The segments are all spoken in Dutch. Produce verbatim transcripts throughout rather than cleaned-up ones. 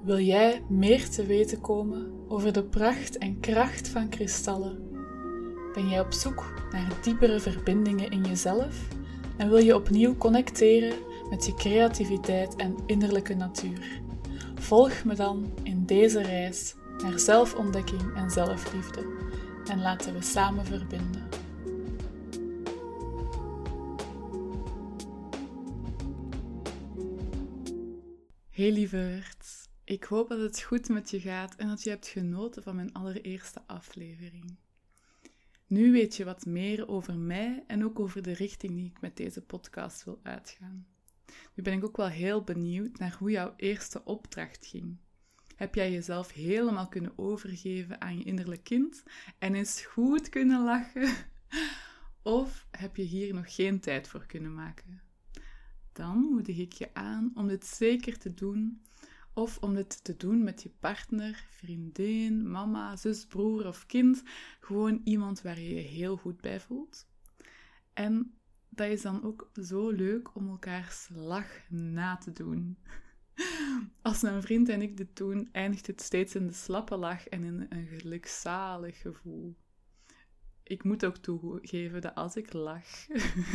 Wil jij meer te weten komen over de pracht en kracht van kristallen? Ben jij op zoek naar diepere verbindingen in jezelf en wil je opnieuw connecteren met je creativiteit en innerlijke natuur? Volg me dan in deze reis naar zelfontdekking en zelfliefde en laten we samen verbinden. Hey lieverd, ik hoop dat het goed met je gaat en dat je hebt genoten van mijn allereerste aflevering. Nu weet je wat meer over mij en ook over de richting die ik met deze podcast wil uitgaan. Nu ben ik ook wel heel benieuwd naar hoe jouw eerste opdracht ging. Heb jij jezelf helemaal kunnen overgeven aan je innerlijk kind en eens goed kunnen lachen? Of heb je hier nog geen tijd voor kunnen maken? Dan moedig ik je aan om dit zeker te doen, of om dit te doen met je partner, vriendin, mama, zus, broer of kind. Gewoon iemand waar je je heel goed bij voelt. En dat is dan ook zo leuk om elkaars lach na te doen. Als mijn vriend en ik dit doen, eindigt het steeds in de slappe lach en in een gelukzalig gevoel. Ik moet ook toegeven dat als ik lach,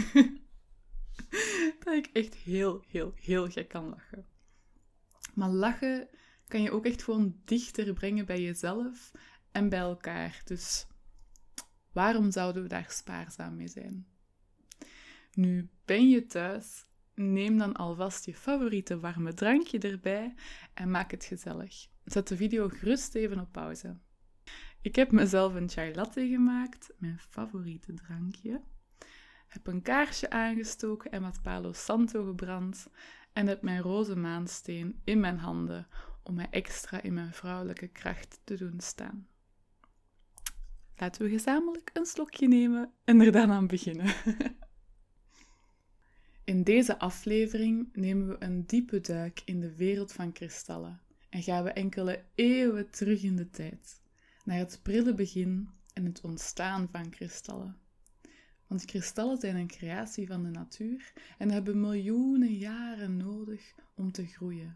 dat ik echt heel, heel, heel gek kan lachen. Maar lachen kan je ook echt gewoon dichter brengen bij jezelf en bij elkaar. Dus waarom zouden we daar spaarzaam mee zijn? Nu ben je thuis, neem dan alvast je favoriete warme drankje erbij en maak het gezellig. Zet de video gerust even op pauze. Ik heb mezelf een chai latte gemaakt, mijn favoriete drankje. Heb een kaarsje aangestoken en wat Palo Santo gebrand en heb mijn roze maansteen in mijn handen om mij extra in mijn vrouwelijke kracht te doen staan. Laten we gezamenlijk een slokje nemen en er dan aan beginnen. In deze aflevering nemen we een diepe duik in de wereld van kristallen en gaan we enkele eeuwen terug in de tijd, naar het prille begin en het ontstaan van kristallen. Want kristallen zijn een creatie van de natuur en hebben miljoenen jaren nodig om te groeien.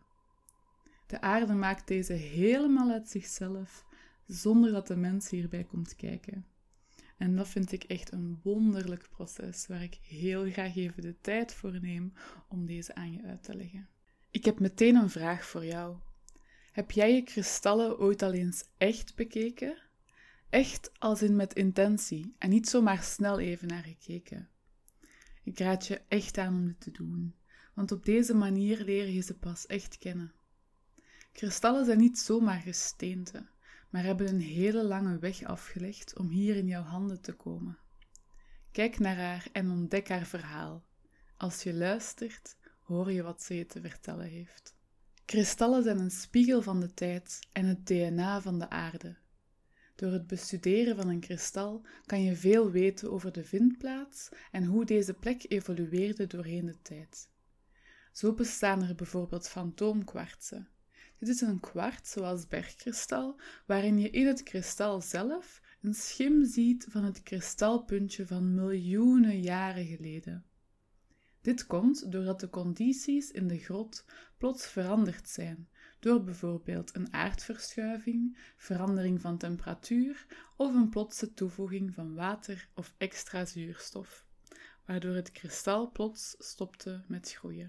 De aarde maakt deze helemaal uit zichzelf, zonder dat de mens hierbij komt kijken. En dat vind ik echt een wonderlijk proces, waar ik heel graag even de tijd voor neem om deze aan je uit te leggen. Ik heb meteen een vraag voor jou. Heb jij je kristallen ooit al eens echt bekeken? Echt als in met intentie en niet zomaar snel even naar gekeken. Ik raad je echt aan om dit te doen, want op deze manier leer je ze pas echt kennen. Kristallen zijn niet zomaar gesteenten, maar hebben een hele lange weg afgelegd om hier in jouw handen te komen. Kijk naar haar en ontdek haar verhaal. Als je luistert, hoor je wat ze je te vertellen heeft. Kristallen zijn een spiegel van de tijd en het D N A van de aarde. Door het bestuderen van een kristal kan je veel weten over de vindplaats en hoe deze plek evolueerde doorheen de tijd. Zo bestaan er bijvoorbeeld fantoomkwartsen. Dit is een kwarts zoals bergkristal, waarin je in het kristal zelf een schim ziet van het kristalpuntje van miljoenen jaren geleden. Dit komt doordat de condities in de grot plots veranderd zijn, door bijvoorbeeld een aardverschuiving, verandering van temperatuur of een plotse toevoeging van water of extra zuurstof, waardoor het kristal plots stopte met groeien.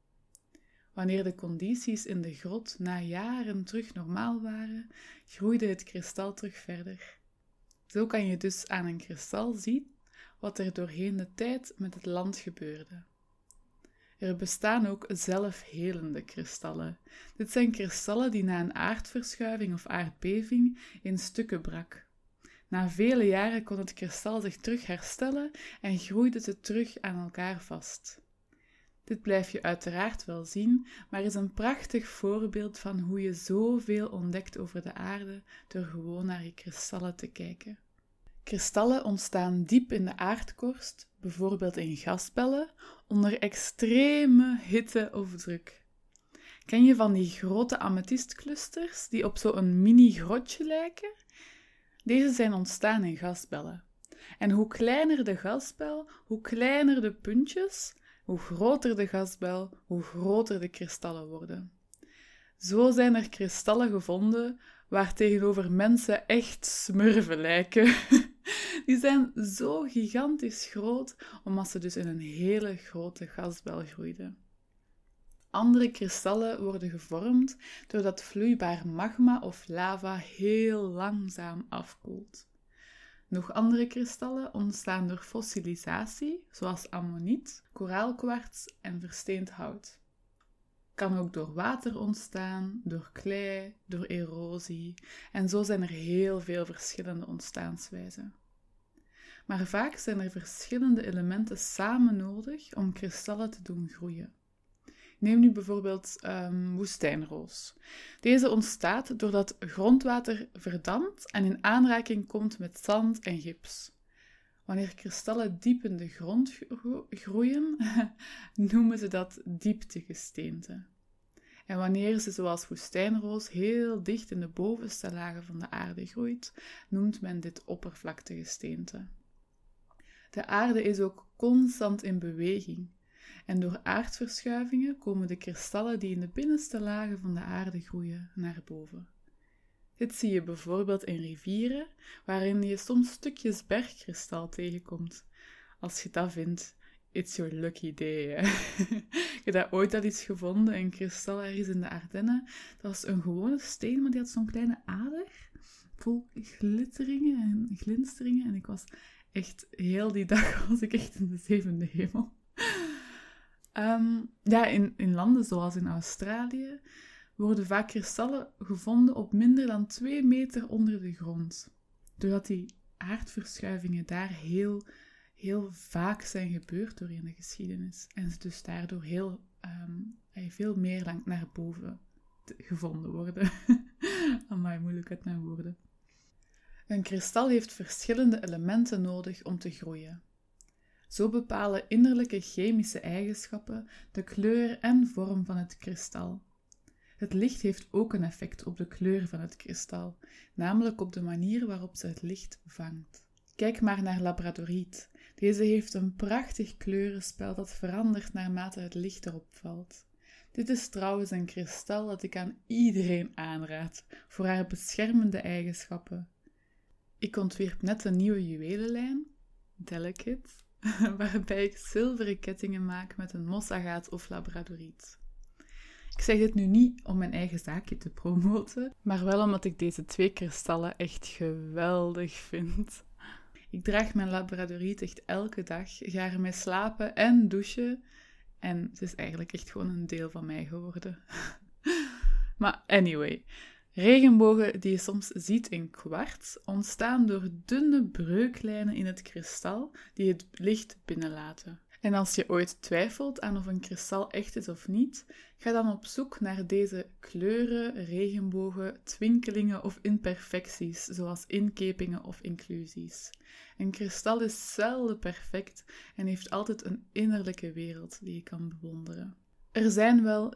Wanneer de condities in de grot na jaren terug normaal waren, groeide het kristal terug verder. Zo kan je dus aan een kristal zien wat er doorheen de tijd met het land gebeurde. Er bestaan ook zelfhelende kristallen. Dit zijn kristallen die na een aardverschuiving of aardbeving in stukken brak. Na vele jaren kon het kristal zich terug herstellen en groeide het terug aan elkaar vast. Dit blijf je uiteraard wel zien, maar is een prachtig voorbeeld van hoe je zoveel ontdekt over de aarde door gewoon naar je kristallen te kijken. Kristallen ontstaan diep in de aardkorst, bijvoorbeeld in gasbellen, onder extreme hitte of druk. Ken je van die grote amethystclusters die op zo'n mini-grotje lijken? Deze zijn ontstaan in gasbellen. En hoe kleiner de gasbel, hoe kleiner de puntjes, hoe groter de gasbel, hoe groter de kristallen worden. Zo zijn er kristallen gevonden waar tegenover mensen echt smurfen lijken. Die zijn zo gigantisch groot, omdat ze dus in een hele grote gasbel groeiden. Andere kristallen worden gevormd doordat vloeibaar magma of lava heel langzaam afkoelt. Nog andere kristallen ontstaan door fossilisatie, zoals ammoniet, koraalkwarts en versteend hout. Kan ook door water ontstaan, door klei, door erosie en zo zijn er heel veel verschillende ontstaanswijzen. Maar vaak zijn er verschillende elementen samen nodig om kristallen te doen groeien. Neem nu bijvoorbeeld um, woestijnroos. Deze ontstaat doordat grondwater verdampt en in aanraking komt met zand en gips. Wanneer kristallen diep in de grond groeien, noemen ze dat dieptegesteente. En wanneer ze zoals woestijnroos heel dicht in de bovenste lagen van de aarde groeit, noemt men dit oppervlaktegesteente. De aarde is ook constant in beweging. En door aardverschuivingen komen de kristallen die in de binnenste lagen van de aarde groeien naar boven. Dit zie je bijvoorbeeld in rivieren, waarin je soms stukjes bergkristal tegenkomt. Als je dat vindt, it's your lucky day. Hè? Ik heb dat ooit al eens gevonden, een kristal ergens in de Ardennen. Dat was een gewone steen, maar die had zo'n kleine ader, vol glitteringen en glinsteringen. En ik was echt, heel die dag was ik echt in de zevende hemel. Um, ja, in, in landen zoals in Australië worden vaak kristallen gevonden op minder dan twee meter onder de grond. Doordat die aardverschuivingen daar heel, heel vaak zijn gebeurd door in de geschiedenis. En ze dus daardoor heel, um, veel meer lang naar boven te, gevonden worden. Amai, moeilijk uit mijn woorden. Een kristal heeft verschillende elementen nodig om te groeien. Zo bepalen innerlijke chemische eigenschappen de kleur en vorm van het kristal. Het licht heeft ook een effect op de kleur van het kristal, namelijk op de manier waarop ze het licht vangt. Kijk maar naar labradoriet. Deze heeft een prachtig kleurenspel dat verandert naarmate het licht erop valt. Dit is trouwens een kristal dat ik aan iedereen aanraad, voor haar beschermende eigenschappen. Ik ontwierp net een nieuwe juwelenlijn, Delicate, waarbij ik zilveren kettingen maak met een mossagaat of labradoriet. Ik zeg dit nu niet om mijn eigen zaakje te promoten, maar wel omdat ik deze twee kristallen echt geweldig vind. Ik draag mijn labradoriet echt elke dag, ga ermee slapen en douchen en het is eigenlijk echt gewoon een deel van mij geworden. Maar anyway, regenbogen die je soms ziet in kwarts ontstaan door dunne breuklijnen in het kristal die het licht binnenlaten. En als je ooit twijfelt aan of een kristal echt is of niet, ga dan op zoek naar deze kleuren, regenbogen, twinkelingen of imperfecties, zoals inkepingen of inclusies. Een kristal is zelden perfect en heeft altijd een innerlijke wereld die je kan bewonderen. Er zijn wel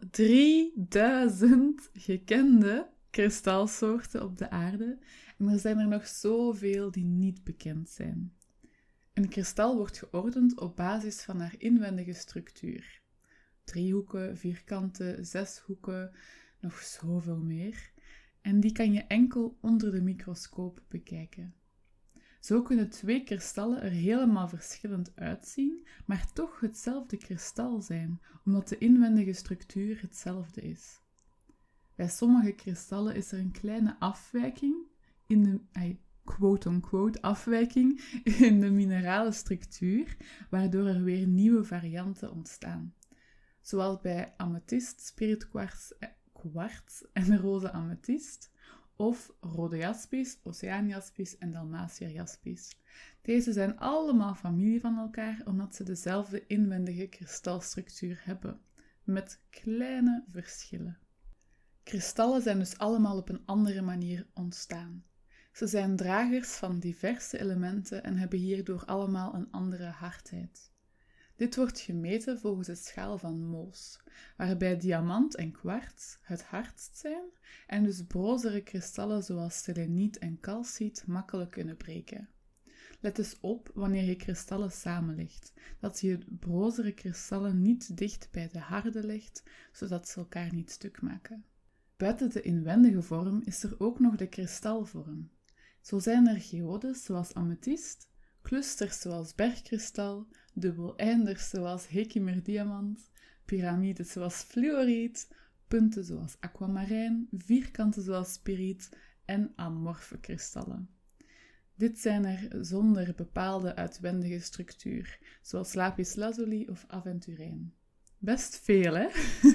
drieduizend gekende kristalsoorten op de aarde en er zijn er nog zoveel die niet bekend zijn. Een kristal wordt geordend op basis van haar inwendige structuur. Driehoeken, vierkanten, zeshoeken, nog zoveel meer. En die kan je enkel onder de microscoop bekijken. Zo kunnen twee kristallen er helemaal verschillend uitzien, maar toch hetzelfde kristal zijn, omdat de inwendige structuur hetzelfde is. Bij sommige kristallen is er een kleine afwijking in de... Ay, quote-unquote afwijking in de minerale structuur, waardoor er weer nieuwe varianten ontstaan. Zoals bij amethyst, spiritkwarts kwarts en roze amethyst, of rode jaspis, oceaanjaspis en dalmatiërjaspis. Deze zijn allemaal familie van elkaar, omdat ze dezelfde inwendige kristalstructuur hebben, met kleine verschillen. Kristallen zijn dus allemaal op een andere manier ontstaan. Ze zijn dragers van diverse elementen en hebben hierdoor allemaal een andere hardheid. Dit wordt gemeten volgens de schaal van Mohs, waarbij diamant en kwarts het hardst zijn en dus brozere kristallen zoals seleniet en calciet makkelijk kunnen breken. Let dus op wanneer je kristallen samenlegt, dat je brozere kristallen niet dicht bij de harde legt, zodat ze elkaar niet stuk maken. Buiten de inwendige vorm is er ook nog de kristalvorm. Zo zijn er geodes zoals amethyst, clusters zoals bergkristal, dubbeleinders zoals hekimerdiamant, piramides zoals fluoriet, punten zoals aquamarijn, vierkanten zoals spiriet en amorfe kristallen. Dit zijn er zonder bepaalde uitwendige structuur, zoals lapis lazuli of aventurijn. Best veel, hè?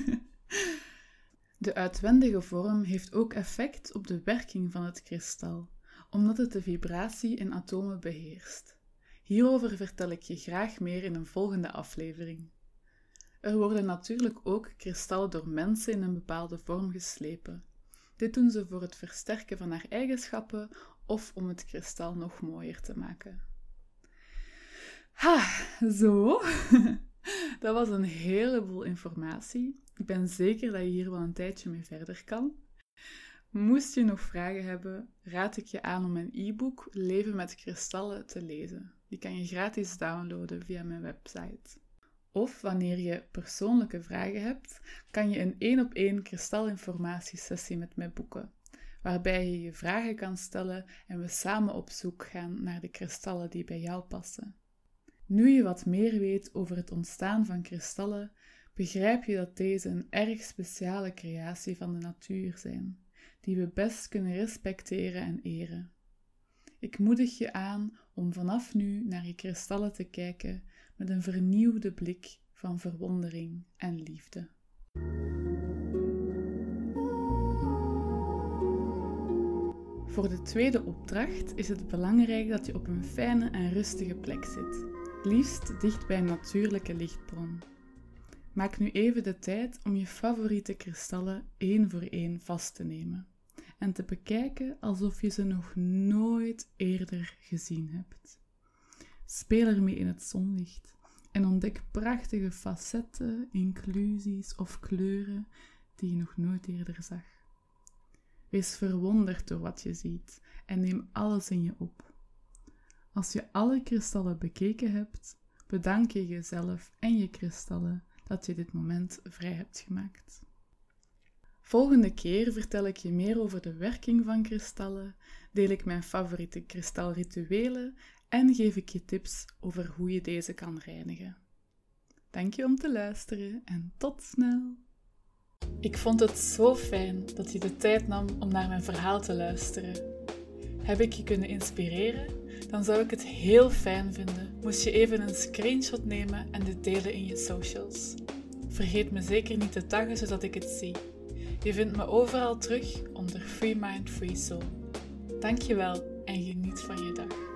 De uitwendige vorm heeft ook effect op de werking van het kristal, omdat het de vibratie in atomen beheerst. Hierover vertel ik je graag meer in een volgende aflevering. Er worden natuurlijk ook kristallen door mensen in een bepaalde vorm geslepen. Dit doen ze voor het versterken van haar eigenschappen of om het kristal nog mooier te maken. Ha, zo. Dat was een heleboel informatie. Ik ben zeker dat je hier wel een tijdje mee verder kan. Moest je nog vragen hebben, raad ik je aan om mijn e-book Leven met kristallen te lezen. Die kan je gratis downloaden via mijn website. Of wanneer je persoonlijke vragen hebt, kan je een één op één kristalinformatiesessie met mij boeken, waarbij je je vragen kan stellen en we samen op zoek gaan naar de kristallen die bij jou passen. Nu je wat meer weet over het ontstaan van kristallen, begrijp je dat deze een erg speciale creatie van de natuur zijn, die we best kunnen respecteren en eren. Ik moedig je aan om vanaf nu naar je kristallen te kijken met een vernieuwde blik van verwondering en liefde. Voor de tweede opdracht is het belangrijk dat je op een fijne en rustige plek zit, liefst dicht bij een natuurlijke lichtbron. Maak nu even de tijd om je favoriete kristallen één voor één vast te nemen en te bekijken alsof je ze nog nooit eerder gezien hebt. Speel ermee in het zonlicht en ontdek prachtige facetten, inclusies of kleuren die je nog nooit eerder zag. Wees verwonderd door wat je ziet en neem alles in je op. Als je alle kristallen bekeken hebt, bedank je jezelf en je kristallen dat je dit moment vrij hebt gemaakt. Volgende keer vertel ik je meer over de werking van kristallen, deel ik mijn favoriete kristalrituelen en geef ik je tips over hoe je deze kan reinigen. Dank je om te luisteren en tot snel! Ik vond het zo fijn dat je de tijd nam om naar mijn verhaal te luisteren. Heb ik je kunnen inspireren? Dan zou ik het heel fijn vinden moest je even een screenshot nemen en dit delen in je socials. Vergeet me zeker niet te taggen zodat ik het zie. Je vindt me overal terug onder Free Mind Free Soul. Dankjewel en geniet van je dag.